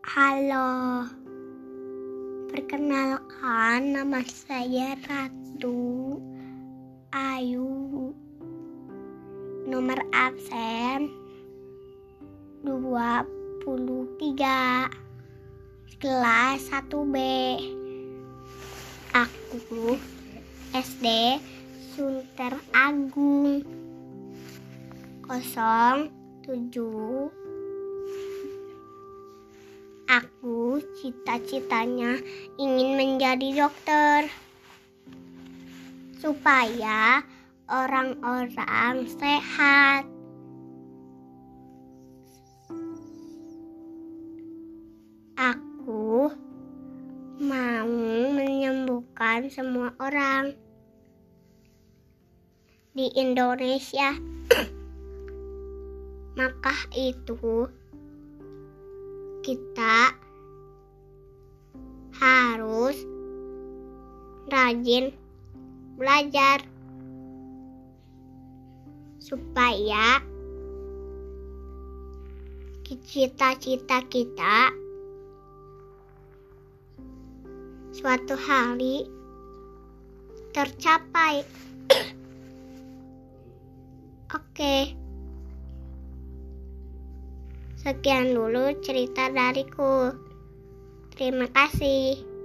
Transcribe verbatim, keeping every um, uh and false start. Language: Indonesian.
Halo, perkenalkan nama saya Ratu Ayu. Nomor absen dua puluh tiga, kelas satu B. Aku S D Sunter Agung nol tujuh. Aku cita-citanya ingin menjadi dokter supaya orang-orang sehat. Aku mau menyembuhkan semua orang di Indonesia. Maka itu kita harus rajin belajar supaya cita-cita kita suatu hari tercapai. Oke. Sekian dulu cerita dariku. Terima kasih.